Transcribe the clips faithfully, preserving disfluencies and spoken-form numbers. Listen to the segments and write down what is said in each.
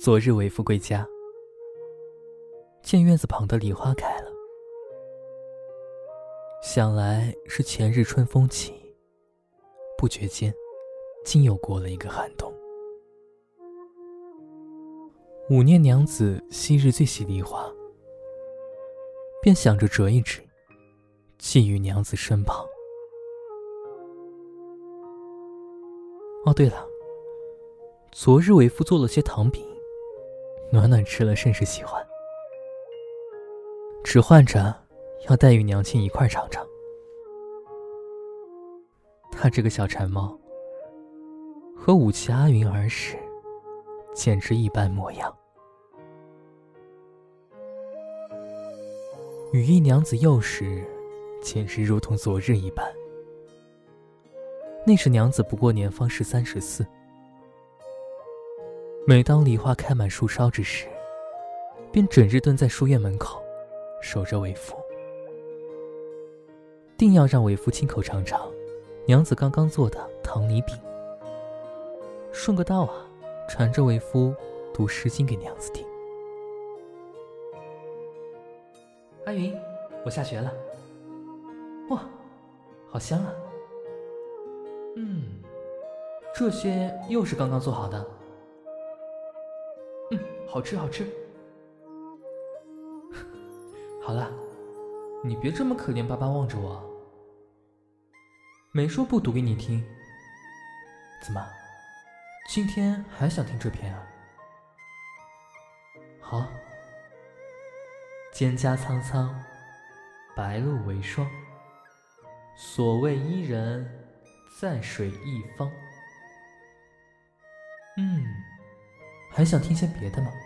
昨日为夫归家，见院子旁的梨花开了，想来是前日春风起，不觉间竟又过了一个寒冬。五念娘子昔日最喜梨花，便想着折一枝，寄于娘子身旁。哦，对了，昨日为夫做了些糖饼，暖暖吃了甚是喜欢，只唤着要带与娘亲一块尝尝。她这个小馋猫，和武妻阿云儿时简直一般模样。羽翼娘子幼时，简直如同昨日一般。那时娘子不过年方十三十四，每当梨花开满树梢之时，便整日蹲在书院门口，守着为夫，定要让为夫亲口尝尝娘子刚刚做的糖泥饼。顺个道啊，缠着为夫读诗经给娘子听。阿云，我下学了。哇，好香啊。嗯，这些又是刚刚做好的。嗯，好吃好吃。好了，你别这么可怜巴巴望着我，没说不读给你听。怎么，今天还想听这篇啊？好。蒹葭苍苍，白露为霜。所谓伊人，在水一方。嗯，还想听些别的吗？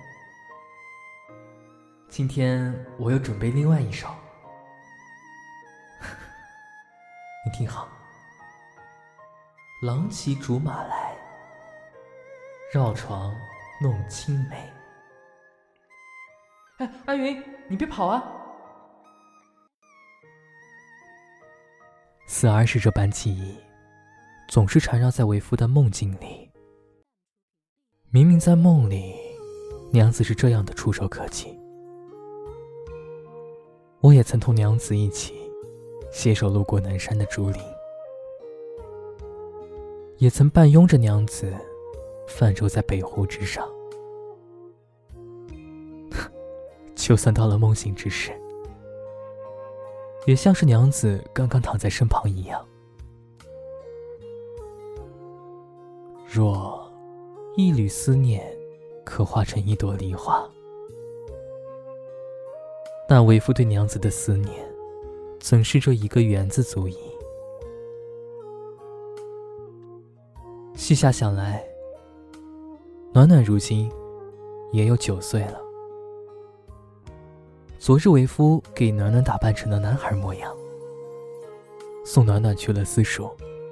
今天我又准备另外一首。你听好。郎骑竹马来，绕床弄青梅。哎，阿云，你别跑啊！似儿时这般记忆，总是缠绕在为夫的梦境里。明明在梦里，娘子是这样的触手可及。我也曾同娘子一起携手路过南山的竹林，也曾伴拥着娘子泛舟在北湖之上。就算到了梦醒之时，也像是娘子刚刚躺在身旁一样。若一缕思念可化成一朵梨花，那为夫对娘子的思念怎是这一个园子足矣。细下想来，暖暖如今也有九岁了。昨日为夫给暖暖打扮成了男孩模样，送暖暖去了私塾。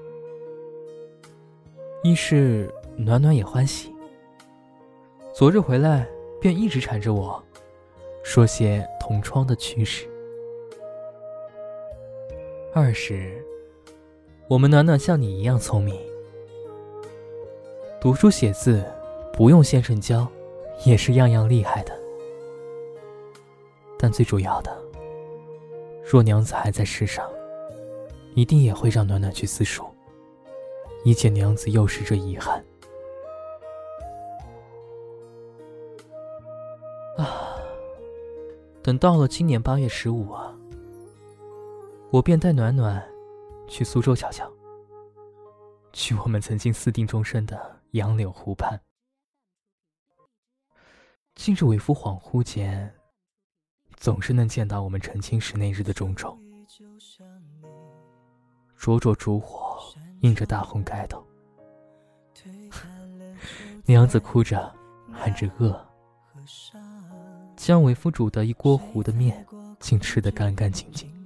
一是暖暖也欢喜，昨日回来便一直缠着我，说些同窗的趣事。二是我们暖暖像你一样聪明，读书写字不用先生教，也是样样厉害的。但最主要的，若娘子还在世上，一定也会让暖暖去私塾，以解娘子幼时这遗憾。啊，等到了今年八月十五啊，我便带暖暖去苏州瞧瞧，去我们曾经私定终身的杨柳湖畔。近日为夫恍惚间，总是能见到我们成亲时那日的种种，灼灼烛火映着大红盖头，娘子哭着喊着饿，将为夫煮的一锅糊的面竟吃得干干净净。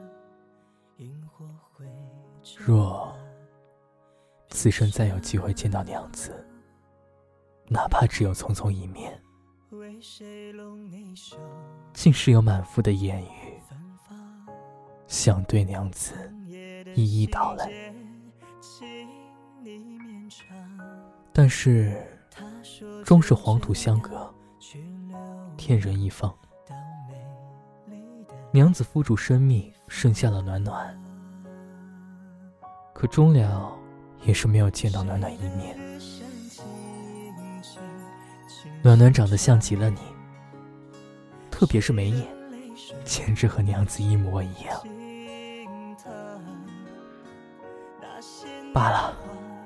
若此生再有机会见到娘子，哪怕只有匆匆一面，竟是有满腹的言语想对娘子一一道来。但是终是黄土相隔，天人一方。娘子付出生命生下了暖暖，可终了也是没有见到暖暖一面。暖暖长得像极了你，特别是眉眼，简直和娘子一模一样。罢了，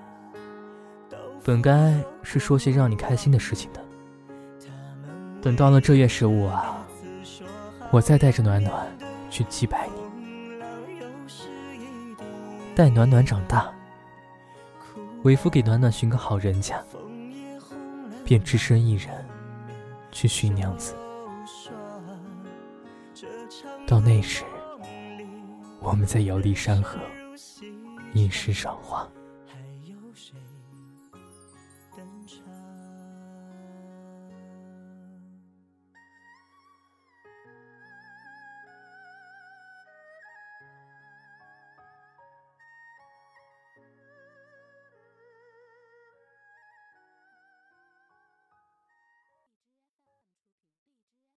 本该是说些让你开心的事情的。等到了这月十五啊，我再带着暖暖去祭拜你，待暖暖长大，为夫给暖暖寻个好人家，便只身一人去寻娘子。到那时，我们再游历山河，吟诗赏画。